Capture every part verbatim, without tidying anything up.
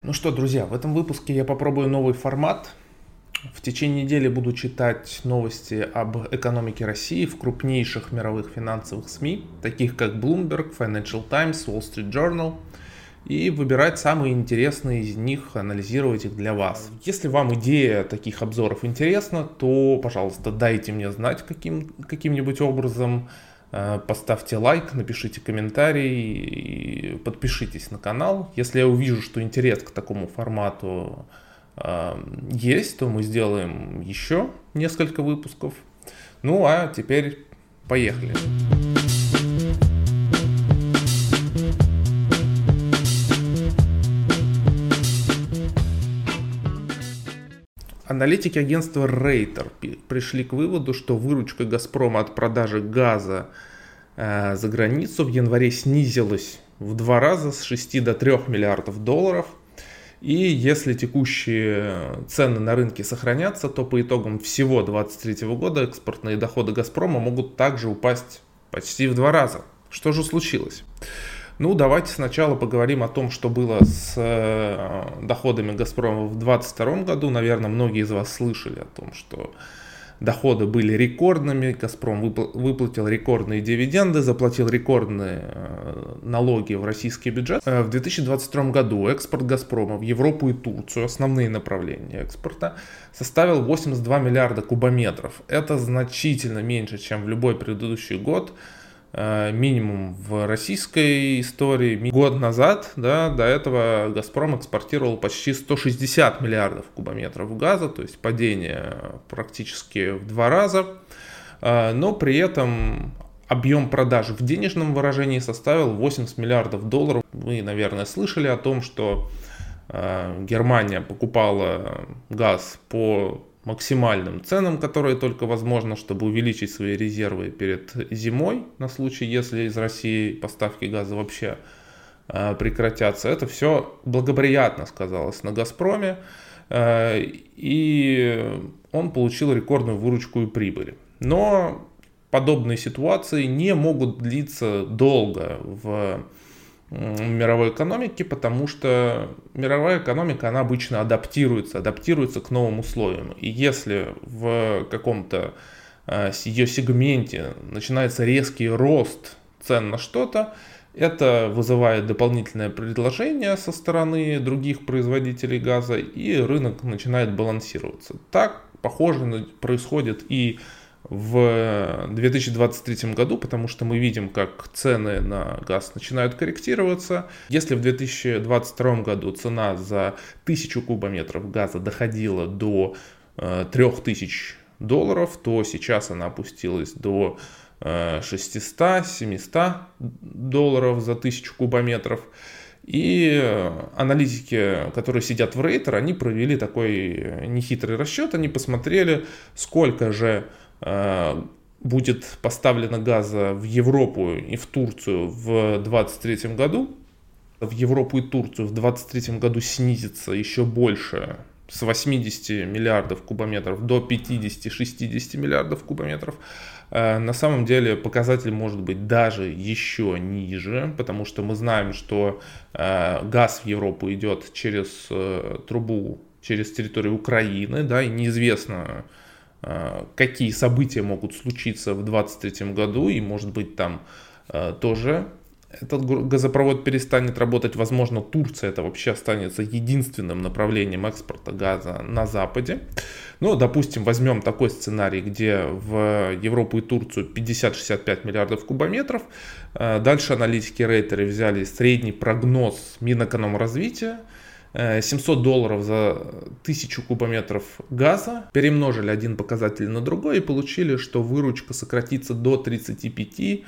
Ну что, друзья, в этом выпуске я попробую новый формат. В течение недели буду читать новости об экономике России в крупнейших мировых финансовых СМИ, таких как Bloomberg, Financial Times, Wall Street Journal, и выбирать самые интересные из них, анализировать их для вас. Если вам идея таких обзоров интересна, то, пожалуйста, дайте мне знать каким, каким-нибудь образом. Поставьте лайк, напишите комментарий и подпишитесь на канал. Если я увижу, что интерес к такому формату э, есть, то мы сделаем еще несколько выпусков. Ну а теперь поехали. Аналитики агентства Рейтер пришли к выводу, что выручка Газпрома от продажи газа э, за границу в январе снизилась в два раза, с шести до трёх миллиардов долларов. И если текущие цены на рынке сохранятся, то по итогам всего две тысячи двадцать третьего года экспортные доходы Газпрома могут также упасть почти в два раза. Что же случилось? Ну, давайте сначала поговорим о том, что было с э, доходами Газпрома в две тысячи двадцать втором году. Наверное, многие из вас слышали о том, что доходы были рекордными. Газпром выпл- выплатил рекордные дивиденды, заплатил рекордные э, налоги в российский бюджет. Э, в две тысячи двадцать втором году экспорт Газпрома в Европу и Турцию, основные направления экспорта, составил восемьдесят два миллиарда кубометров. Это значительно меньше, чем в любой предыдущий год. Минимум в российской истории. Год назад, да, до этого Газпром экспортировал почти сто шестьдесят миллиардов кубометров газа, то есть падение практически в два раза, но при этом объем продаж в денежном выражении составил восемьдесят миллиардов долларов. Вы, наверное, слышали о том, что Германия покупала газ по максимальным ценам, которые только возможно, чтобы увеличить свои резервы перед зимой, на случай, если из России поставки газа вообще э, прекратятся. Это все благоприятно сказалось на Газпроме, э, и он получил рекордную выручку и прибыль. Но подобные ситуации не могут длиться долго в мировой экономики, потому что мировая экономика, она обычно адаптируется, адаптируется к новым условиям. И если в каком-то э, ее сегменте начинается резкий рост цен на что-то, это вызывает дополнительное предложение со стороны других производителей газа, и рынок начинает балансироваться. Так, похоже, происходит и в две тысячи двадцать третьем году, потому что мы видим, как цены на газ начинают корректироваться. Если в две тысячи двадцать втором году цена за тысячу кубометров газа доходила до э, трёх тысяч долларов, то сейчас она опустилась до э, шестисот-семисот долларов за тысячу кубометров. И аналитики, которые сидят в Рейтер, они провели такой нехитрый расчет, они посмотрели, сколько же будет поставлено газа в Европу и в Турцию в двадцать третьем году. В Европу и Турцию в двадцать третьем году снизится еще больше, с восьмидесяти миллиардов кубометров до пятидесяти-шестидесяти миллиардов кубометров. На самом деле показатель может быть даже еще ниже, потому что мы знаем, что газ в Европу идет через трубу, через территорию Украины, да, и неизвестно, какие события могут случиться в двадцать третьем году, и может быть там э, тоже этот газопровод перестанет работать. Возможно, Турция это вообще останется единственным направлением экспорта газа на Западе. Ну, допустим, возьмем такой сценарий, где в Европу и Турцию пятьдесят-шестьдесят пять миллиардов кубометров. Э, дальше аналитики Рейтера взяли средний прогноз Минэкономразвития, семьсот долларов за тысячу кубометров газа, перемножили один показатель на другой и получили, что выручка сократится до тридцати пяти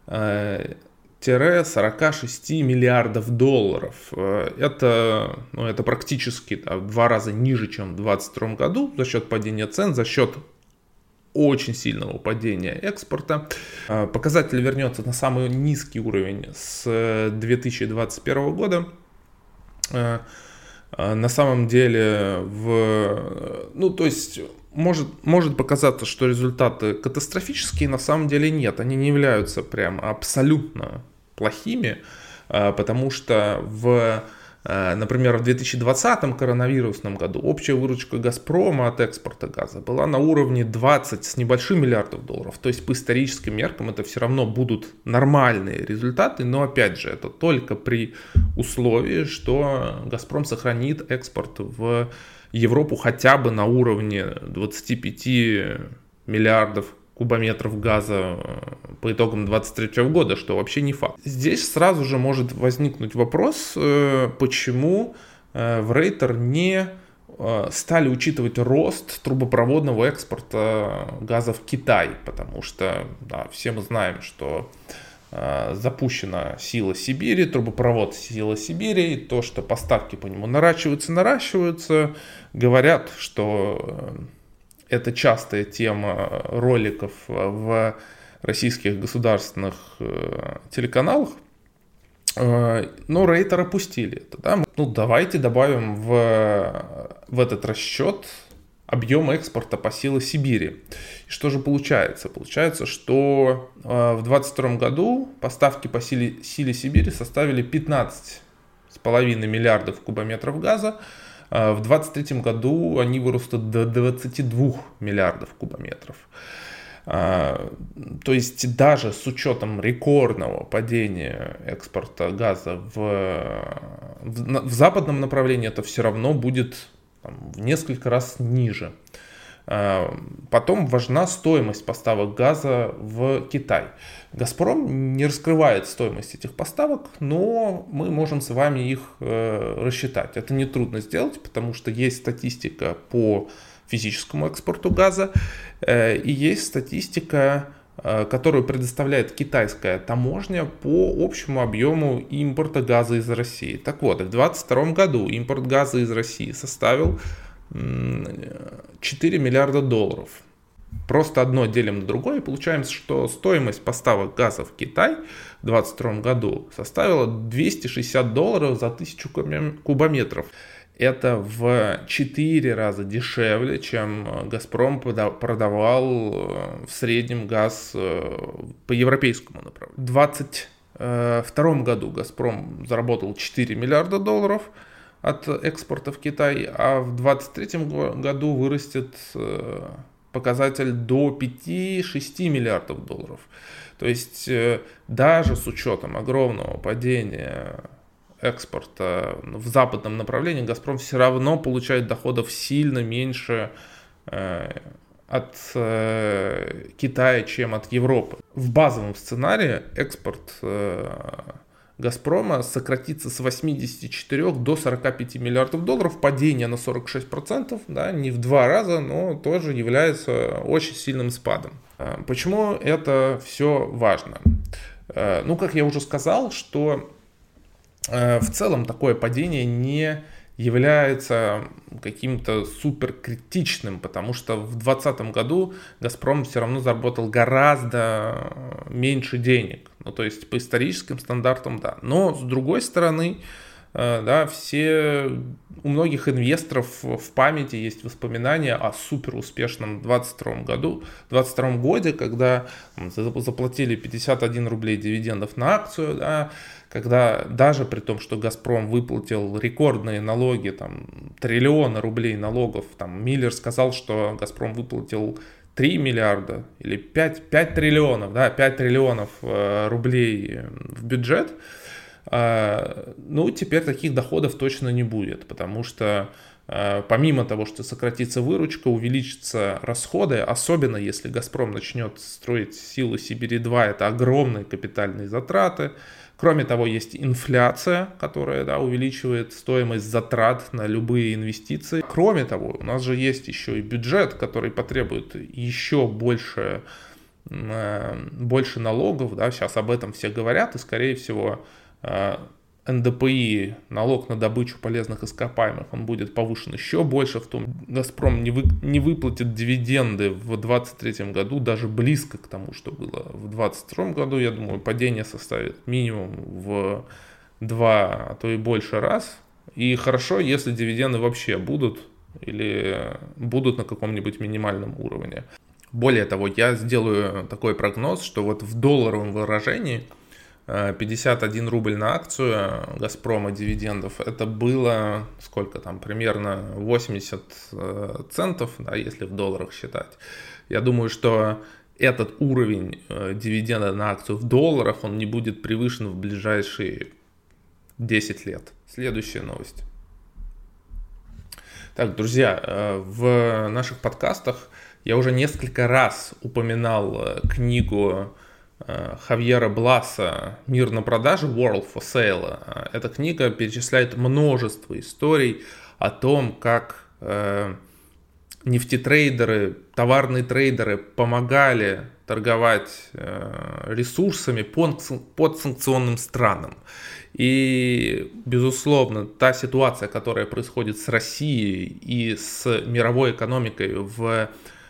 - сорока шести миллиардов долларов. Это, ну, это практически да, в два раза ниже, чем в две тысячи двадцать втором году за счет падения цен, за счет очень сильного падения экспорта. Показатель вернется на самый низкий уровень с две тысячи двадцать первого года. На самом деле, в, ну, то есть, может, может показаться, что результаты катастрофические, на самом деле нет. Они не являются прям абсолютно плохими, потому что в Например, в две тысячи двадцатом коронавирусном году общая выручка «Газпрома» от экспорта газа была на уровне двадцать с небольшим миллиардов долларов. То есть по историческим меркам это все равно будут нормальные результаты, но опять же это только при условии, что «Газпром» сохранит экспорт в Европу хотя бы на уровне двадцати пяти миллиардов кубометров газа по итогам две тысячи двадцать третьего года, что вообще не факт. Здесь сразу же может возникнуть вопрос, почему в Рейтер не стали учитывать рост трубопроводного экспорта газа в Китай, потому что да, все мы знаем, что запущена «Сила Сибири», трубопровод «Сила Сибири», и то, что поставки по нему наращиваются, наращиваются, говорят, что это частая тема роликов в российских государственных телеканалах, но Рейтер опустили это. Да? Ну, давайте добавим в, в этот расчет объем экспорта по «Силе Сибири». И что же получается? Получается, что в две тысячи двадцать втором году поставки по «Силе, Силе Сибири» составили пятнадцать с половиной миллиардов кубометров газа. В две тысячи двадцать третьем году они вырастут до двадцати двух миллиардов кубометров. То есть даже с учетом рекордного падения экспорта газа в, в, в западном направлении это все равно будет там, в несколько раз ниже. Потом важна стоимость поставок газа в Китай. «Газпром» не раскрывает стоимость этих поставок, но мы можем с вами их рассчитать. Это нетрудно сделать, потому что есть статистика по физическому экспорту газа и есть статистика, которую предоставляет китайская таможня по общему объему импорта газа из России. Так вот, в две тысячи двадцать втором году импорт газа из России составил четыре миллиарда долларов. Просто одно делим на другое, и получаем, что стоимость поставок газа в Китай в две тысячи двадцать втором году составила двести шестьдесят долларов за тысячу кубометров. Это в четыре раза дешевле, чем «Газпром» продавал в среднем газ по европейскому направлению. В две тысячи двадцать втором году «Газпром» заработал четыре миллиарда долларов от экспорта в Китай, а в две тысячи двадцать третьем году вырастет показатель до пяти-шести миллиардов долларов. То есть даже с учетом огромного падения экспорта в западном направлении «Газпром» все равно получает доходов сильно меньше от Китая, чем от Европы. В базовом сценарии экспорт «Газпрома» сократится с восьмидесяти четырёх до сорока пяти миллиардов долларов, падение на сорок шесть процентов, да, не в два раза, но тоже является очень сильным спадом. Почему это все важно? Ну, как я уже сказал, что в целом такое падение не является каким-то супер критичным, потому что в двадцатом году «Газпром» все равно заработал гораздо меньше денег. Ну, то есть по историческим стандартам, да. Но с другой стороны, да, все, у многих инвесторов в памяти есть воспоминания о супер успешном двадцать втором году, двадцать втором году, когда заплатили пятьдесят один рублей дивидендов на акцию, да, когда даже при том, что «Газпром» выплатил рекордные налоги, там, триллионы рублей налогов, там, Миллер сказал, что «Газпром» выплатил три миллиарда или пять, пять триллионов, да, пять триллионов э, рублей в бюджет, э, ну, теперь таких доходов точно не будет, потому что э, помимо того, что сократится выручка, увеличатся расходы, особенно если «Газпром» начнет строить «Силу Сибири-два», это огромные капитальные затраты. Кроме того, есть инфляция, которая, да, увеличивает стоимость затрат на любые инвестиции. Кроме того, у нас же есть еще и бюджет, который потребует еще больше, э, больше налогов. Да? Сейчас об этом все говорят, и, скорее всего, э, эн дэ пэ и, налог на добычу полезных ископаемых, он будет повышен еще больше. В том, «Газпром» не, вы, не выплатит дивиденды в две тысячи двадцать третьем году, даже близко к тому, что было в две тысячи двадцать втором году. Я думаю, падение составит минимум в два, а то и больше раз. И хорошо, если дивиденды вообще будут или будут на каком-нибудь минимальном уровне. Более того, я сделаю такой прогноз, что вот в долларовом выражении пятьдесят один рубль на акцию Газпрома дивидендов, это было сколько там, примерно восемьдесят центов, да, если в долларах считать. Я думаю, что этот уровень дивиденда на акцию в долларах, он не будет превышен в ближайшие десять лет. Следующая новость. Так, друзья, в наших подкастах я уже несколько раз упоминал книгу Хавьера Бласа «Мир на продаже» World for Sale. Эта книга перечисляет множество историй о том, как э, нефтетрейдеры, товарные трейдеры помогали торговать э, ресурсами под, под санкционным странам. И, безусловно, та ситуация, которая происходит с Россией и с мировой экономикой в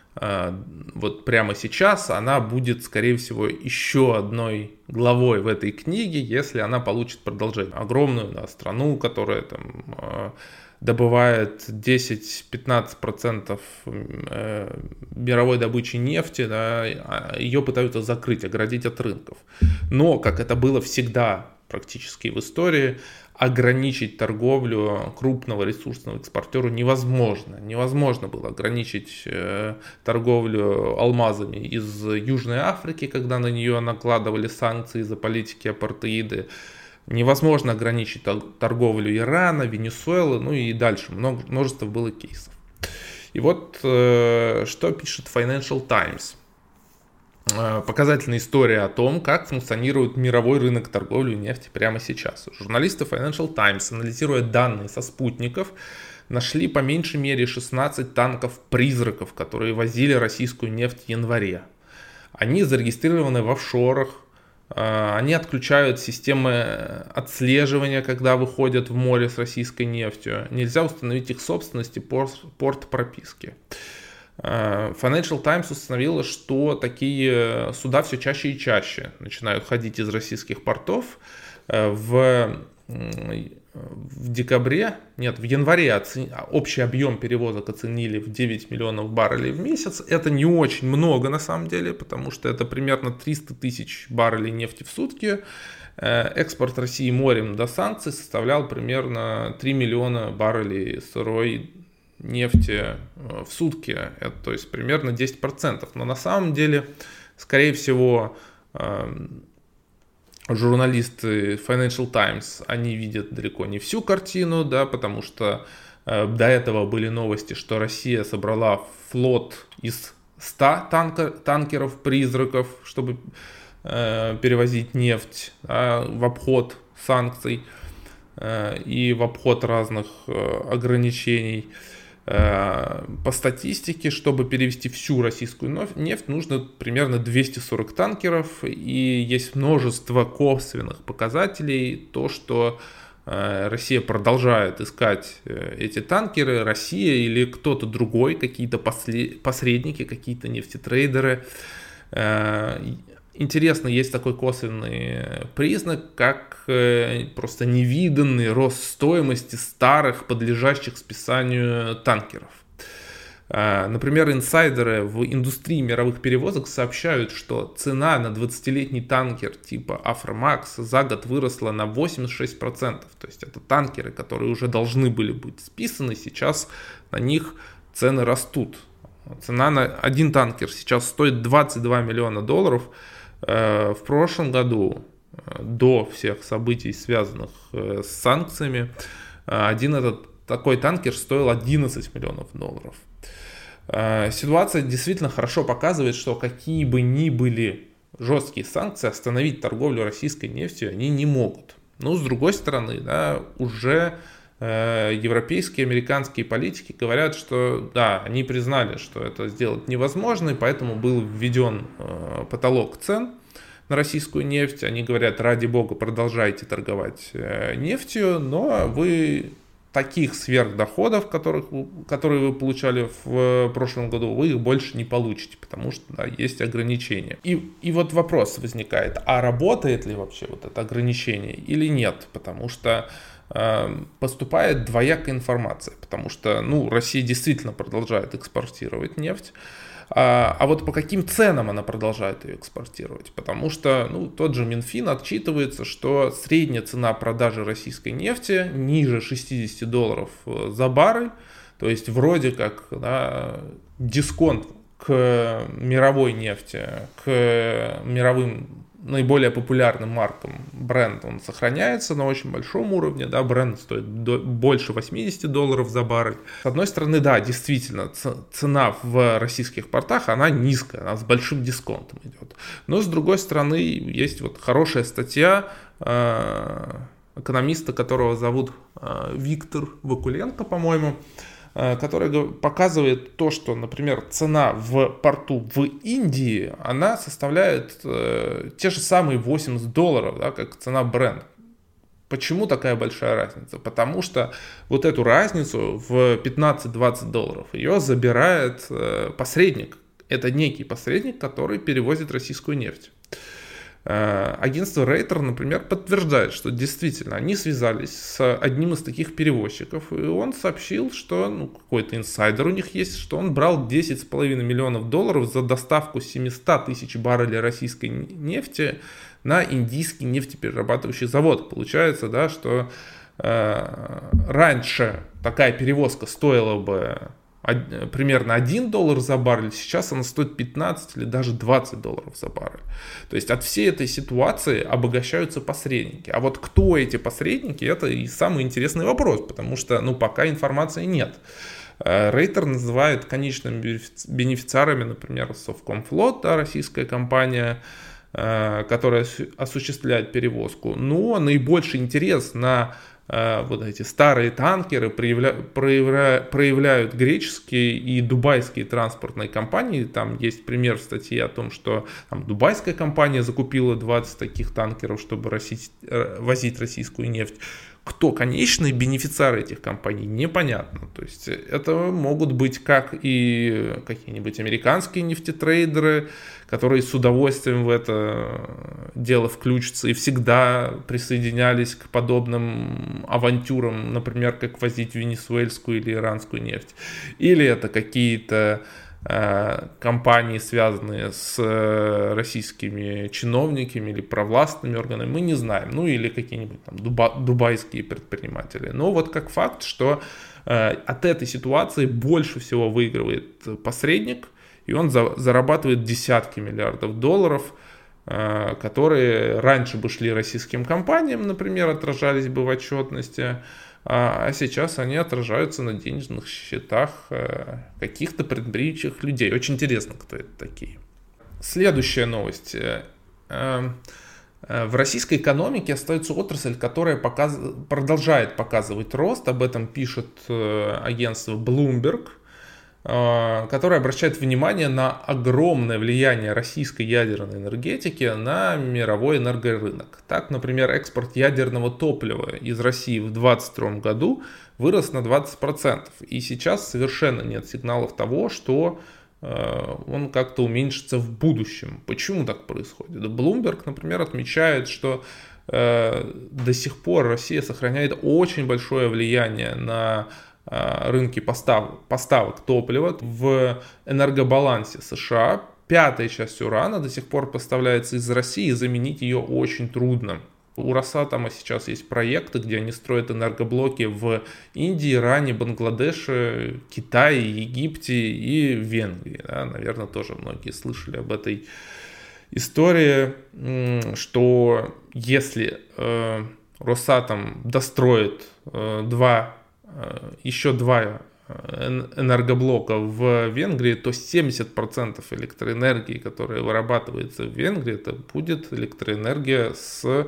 вот прямо сейчас, она будет, скорее всего, еще одной главой в этой книге, если она получит продолжение. Огромную, да, страну, которая там добывает десять-пятнадцать процентов мировой добычи нефти, да, ее пытаются закрыть, оградить от рынков. Но, как это было всегда практически в истории, ограничить торговлю крупного ресурсного экспортера невозможно. Невозможно было ограничить э, торговлю алмазами из Южной Африки, когда на нее накладывали санкции из-за политики апартеида. Невозможно ограничить торговлю Ирана, Венесуэлы, ну и дальше. Много, множество было кейсов. И вот э, что пишет Financial Times. Показательная история о том, как функционирует мировой рынок торговли нефти прямо сейчас. Журналисты Financial Times, анализируя данные со спутников, нашли по меньшей мере шестнадцать танков-призраков, которые возили российскую нефть в январе. Они зарегистрированы в офшорах, они отключают системы отслеживания, когда выходят в море с российской нефтью. Нельзя установить их собственность и порт прописки. Financial Times установила, что такие суда все чаще и чаще начинают ходить из российских портов. В, в декабре, нет, в январе оцени, общий объем перевозок оценили в девять миллионов баррелей в месяц. Это не очень много на самом деле, потому что это примерно триста тысяч баррелей нефти в сутки. Экспорт России морем до санкций составлял примерно три миллиона баррелей сырой нефти в сутки, это, то есть примерно десять процентов. Но на самом деле, скорее всего, журналисты Financial Times, они видят далеко не всю картину, да, потому что до этого были новости, что Россия собрала флот из ста танкер, танкеров-призраков, чтобы э, перевозить нефть, да, в обход санкций э, и в обход разных э, ограничений. По статистике, чтобы перевести всю российскую нефть, нужно примерно двести сорок танкеров, и есть множество косвенных показателей, то, что Россия продолжает искать эти танкеры, Россия или кто-то другой, какие-то посредники, какие-то нефтетрейдеры. Интересно, есть такой косвенный признак, как просто невиданный рост стоимости старых, подлежащих списанию танкеров. Например, инсайдеры в индустрии мировых перевозок сообщают, что цена на двадцатилетний танкер типа Aframax за год выросла на восемьдесят шесть процентов. То есть это танкеры, которые уже должны были быть списаны, сейчас на них цены растут. Цена на один танкер сейчас стоит двадцать два миллиона долларов. В прошлом году, до всех событий, связанных с санкциями, один этот такой танкер стоил одиннадцать миллионов долларов. Ситуация действительно хорошо показывает, что какие бы ни были жесткие санкции, остановить торговлю российской нефтью они не могут. Но с другой стороны, да, уже европейские, американские политики говорят, что да, они признали, что это сделать невозможно, и поэтому был введен потолок цен на российскую нефть. Они говорят, ради бога, продолжайте торговать нефтью, но вы таких сверхдоходов, которых, которые вы получали в прошлом году, вы их больше не получите, потому что да, есть ограничения. И, и вот вопрос возникает, а работает ли вообще вот это ограничение или нет? Потому что поступает двоякая информация, потому что, ну, Россия действительно продолжает экспортировать нефть, А, а вот по каким ценам она продолжает ее экспортировать? Потому что ну, тот же Минфин отчитывается, что средняя цена продажи российской нефти ниже шестьдесят долларов за баррель, то есть вроде как да, дисконт к мировой нефти, к мировым наиболее популярным маркам Brent, он сохраняется на очень большом уровне, да, Brent стоит до, больше восемьдесят долларов за баррель. С одной стороны, да, действительно, цена в российских портах, она низкая, она с большим дисконтом идет. Но с другой стороны, есть вот хорошая статья э, экономиста, которого зовут э, Виктор Вакуленко, по-моему, который показывает то, что, например, цена в порту в Индии, она составляет э, те же самые восемьдесят долларов, да, как цена Brent. Почему такая большая разница? Потому что вот эту разницу в пятнадцать-двадцать долларов ее забирает э, посредник. Это некий посредник, который перевозит российскую нефть. Агентство Рейтер, например, подтверждает, что действительно они связались с одним из таких перевозчиков, и он сообщил, что ну, какой-то инсайдер у них есть, что он брал десять с половиной миллионов долларов за доставку семьсот тысяч баррелей российской нефти на индийский нефтеперерабатывающий завод. Получается, да, что э, раньше такая перевозка стоила бы примерно один доллар за баррель, сейчас она стоит пятнадцать или даже двадцать долларов за баррель. То есть от всей этой ситуации обогащаются посредники. А вот кто эти посредники, это и самый интересный вопрос, потому что ну, пока информации нет. Рейтер называет конечными бенефициарами, например, Совкомфлот, да, российская компания, которая осуществляет перевозку. Но наибольший интерес на вот эти старые танкеры проявля, проявля, проявляют греческие и дубайские транспортные компании. Там есть пример в статье о том, что там, дубайская компания закупила двадцать таких танкеров, чтобы росить, возить российскую нефть. Кто конечные бенефициары этих компаний, непонятно. То есть это могут быть как и какие-нибудь американские нефтетрейдеры, которые с удовольствием в это дело включатся и всегда присоединялись к подобным авантюрам, например, как возить венесуэльскую или иранскую нефть. Или это какие-то компании, связанные с российскими чиновниками или провластными органами, мы не знаем, ну или какие-нибудь там дуба- дубайские предприниматели. Но вот как факт, что э, от этой ситуации больше всего выигрывает посредник, и он за- зарабатывает десятки миллиардов долларов, э, которые раньше бы шли российским компаниям, например, отражались бы в отчетности, а сейчас они отражаются на денежных счетах каких-то предприимчивых людей. Очень интересно, кто это такие. Следующая новость. В российской экономике остается отрасль, которая показ... продолжает показывать рост. Об этом пишет агентство Bloomberg, которое обращает внимание на огромное влияние российской ядерной энергетики на мировой энергорынок. Так, например, экспорт ядерного топлива из России в две тысячи двадцать втором году вырос на двадцать процентов. И сейчас совершенно нет сигналов того, что э, он как-то уменьшится в будущем. Почему так происходит? Bloomberg, например, отмечает, что э, до сих пор Россия сохраняет очень большое влияние на рынки поставок, поставок топлива. В энергобалансе США пятая часть урана до сих пор поставляется из России, и заменить ее очень трудно. У Росатома сейчас есть проекты, где они строят энергоблоки в Индии, Иране, Бангладеше, Китае, Египте и Венгрии. Да, наверное, тоже многие слышали об этой истории, что если э, Росатом достроит э, два еще два энергоблока в Венгрии, то семьдесят процентов электроэнергии, которая вырабатывается в Венгрии, это будет электроэнергия с,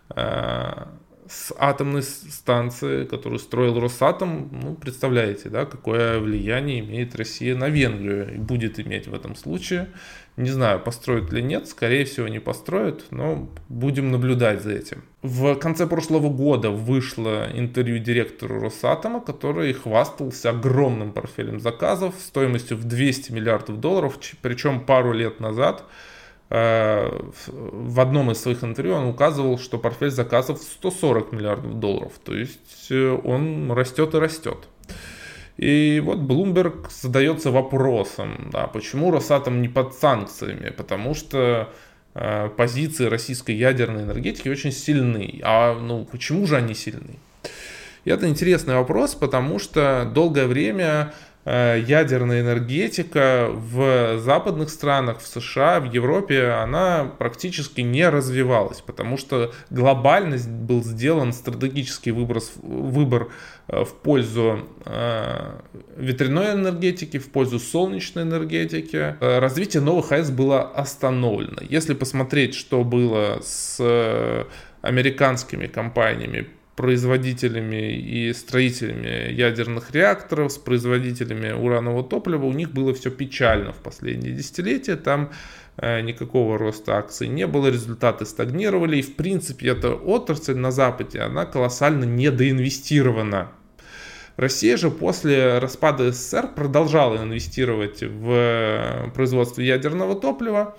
с атомной станции, которую строил Росатом. Ну, представляете, да, какое влияние имеет Россия на Венгрию и будет иметь в этом случае. Не знаю, построят или нет, скорее всего не построят, но будем наблюдать за этим. В конце прошлого года вышло интервью директору Росатома, который хвастался огромным портфелем заказов стоимостью в двести миллиардов долларов, причем пару лет назад э, в одном из своих интервью он указывал, что портфель заказов сто сорок миллиардов долларов, то есть он растет и растет. И вот Bloomberg задается вопросом, да, почему Росатом не под санкциями, потому что э, позиции российской ядерной энергетики очень сильны. А ну, почему же они сильны? И это интересный вопрос, потому что долгое время э, ядерная энергетика в западных странах, в США, в Европе, она практически не развивалась, потому что глобально был сделан стратегический выбор, выбор э, в пользу э, ветряной энергетики, в пользу солнечной энергетики. Э, развитие новых АЭС было остановлено. Если посмотреть, что было с э, американскими компаниями, производителями и строителями ядерных реакторов, с производителями уранового топлива, у них было все печально в последние десятилетия, там э, никакого роста акций не было, результаты стагнировали, и в принципе эта отрасль на Западе, она колоссально недоинвестирована. Россия же после распада СССР продолжала инвестировать в производство ядерного топлива,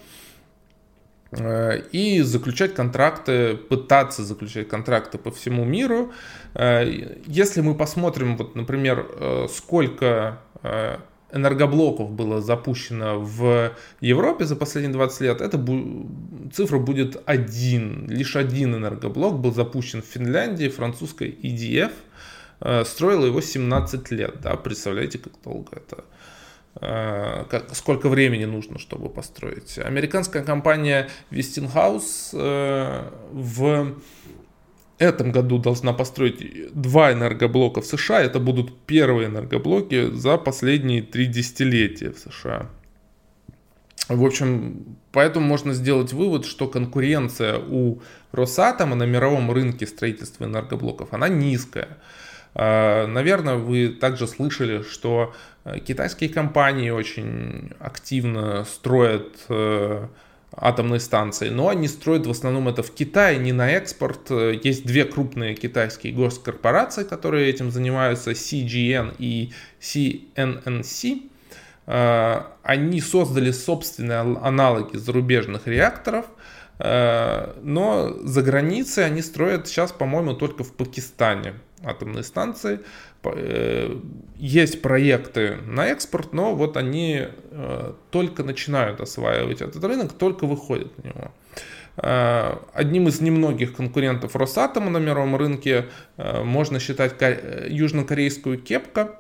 и заключать контракты, пытаться заключать контракты по всему миру. Если мы посмотрим, вот, например, сколько энергоблоков было запущено в Европе за последние двадцать лет, эта цифра будет один. Лишь один энергоблок был запущен в Финляндии, французской и ди эф. Строила его семнадцать лет. Да? Представляете, как долго это? Как, сколько времени нужно, чтобы построить. Американская компания Westinghouse э, в этом году должна построить два энергоблока в США. Это будут первые энергоблоки за последние три десятилетия в США. В общем, поэтому можно сделать вывод, что конкуренция у Росатома на мировом рынке строительства энергоблоков, она низкая. Наверное, вы также слышали, что китайские компании очень активно строят атомные станции, но они строят в основном это в Китае, не на экспорт. Есть две крупные китайские госкорпорации, которые этим занимаются, си джи эн и си эн эн си. Они создали собственные аналоги зарубежных реакторов, но за границей они строят сейчас, по-моему, только в Пакистане атомные станции. Есть проекты на экспорт, но вот они только начинают осваивать этот рынок, только выходят на него. Одним из немногих конкурентов Росатома на мировом рынке можно считать южнокорейскую Кепко.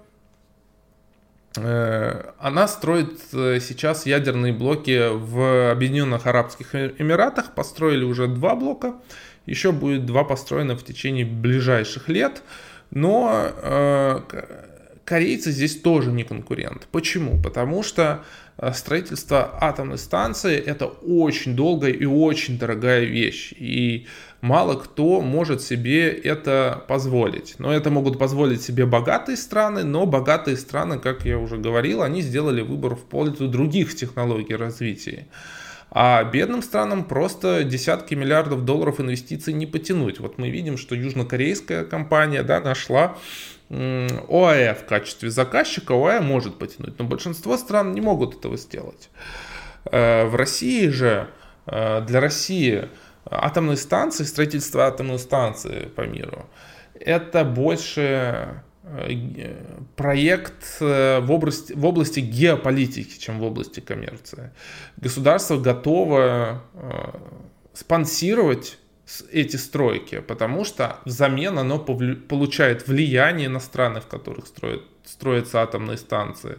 Она строит сейчас ядерные блоки в Объединенных Арабских Эмиратах. Построили уже два блока. Еще будет два построено в течение ближайших лет. Но э, корейцы здесь тоже не конкурент. Почему? Потому что строительство атомной станции это очень долгая и очень дорогая вещь. И мало кто может себе это позволить. Но это могут позволить себе богатые страны, но богатые страны, как я уже говорил, они сделали выбор в пользу других технологий развития. А бедным странам просто десятки миллиардов долларов инвестиций не потянуть. Вот мы видим, что южнокорейская компания, да, нашла о а э в качестве заказчика. о а э может потянуть, но большинство стран не могут этого сделать. В России же, для России атомные станции, строительство атомной станции по миру, это больше проект в области, в области геополитики, чем в области коммерции. Государство готово спонсировать эти стройки, потому что взамен оно получает влияние на страны, в которых строят, строятся атомные станции,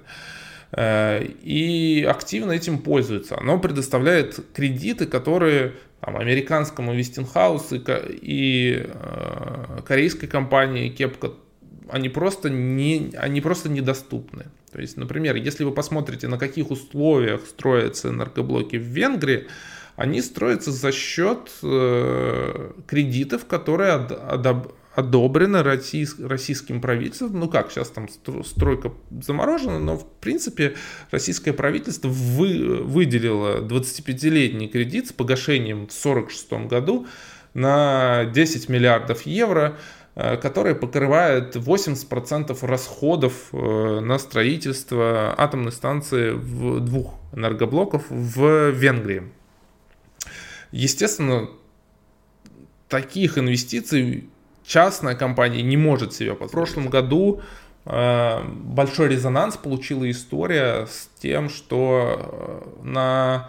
и активно этим пользуется. Оно предоставляет кредиты, которые там, американскому Westinghouse и, и э, корейской компании Кепко они просто, не, они просто недоступны. То есть, например, если вы посмотрите, на каких условиях строятся энергоблоки в Венгрии, они строятся за счет э, кредитов, которые од, одоб, одобрены российс, российским правительством. Ну как, сейчас там стройка заморожена, но в принципе российское правительство вы, выделило двадцатипятилетний кредит с погашением в сорок шестом году на десять миллиардов евро, который покрывает восемьдесят процентов расходов на строительство атомной станции в двух энергоблоков в Венгрии. Естественно, таких инвестиций частная компания не может себе позволить. В прошлом году большой резонанс получила история с тем, что на,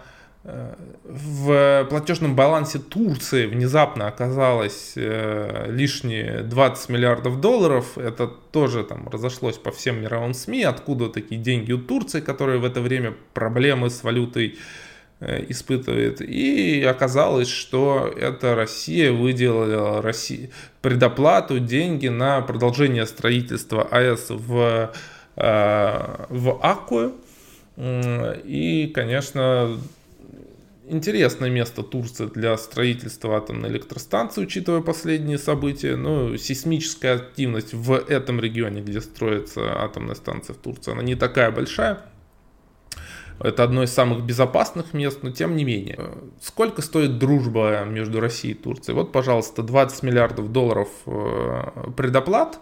в платежном балансе Турции внезапно оказалось лишние двадцать миллиардов долларов. Это тоже там разошлось по всем мировым СМИ, откуда такие деньги у Турции, которые в это время проблемы с валютой испытывает. И оказалось, что это Россия выделила России предоплату, деньги на продолжение строительства АЭС в, в Аккую. И, конечно, интересное место Турция для строительства атомной электростанции, учитывая последние события. Но сейсмическая активность в этом регионе, где строится атомная станция в Турции, она не такая большая. Это одно из самых безопасных мест, но тем не менее. Сколько стоит дружба между Россией и Турцией? Вот, пожалуйста, двадцать миллиардов долларов предоплат.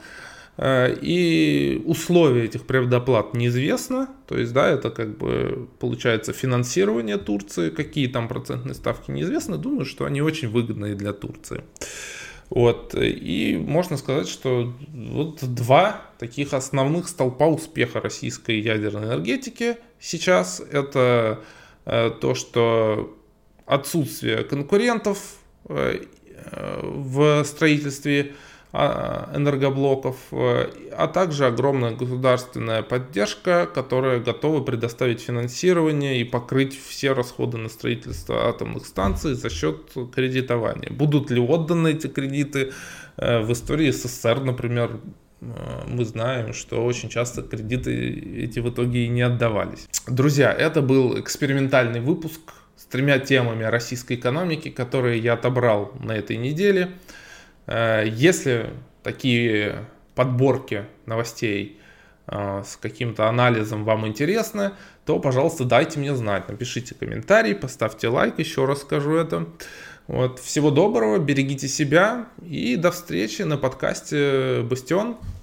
И условия этих предоплат неизвестно. То есть, да, это как бы получается финансирование Турции. Какие там процентные ставки неизвестно. Думаю, что они очень выгодные для Турции. Вот. И можно сказать, что вот два таких основных столпа успеха российской ядерной энергетики сейчас. Это то, что отсутствие конкурентов в строительстве энергоблоков, а также огромная государственная поддержка, которая готова предоставить финансирование и покрыть все расходы на строительство атомных станций за счет кредитования. Будут ли отданы эти кредиты? В истории СССР, например, мы знаем, что очень часто кредиты эти в итоге и не отдавались. Друзья, это был экспериментальный выпуск с тремя темами российской экономики, которые я отобрал на этой неделе. Если такие подборки новостей с каким-то анализом вам интересны, то, пожалуйста, дайте мне знать. Напишите комментарий, поставьте лайк, еще раз скажу это. Вот. Всего доброго, берегите себя и до встречи на подкасте «Бастион».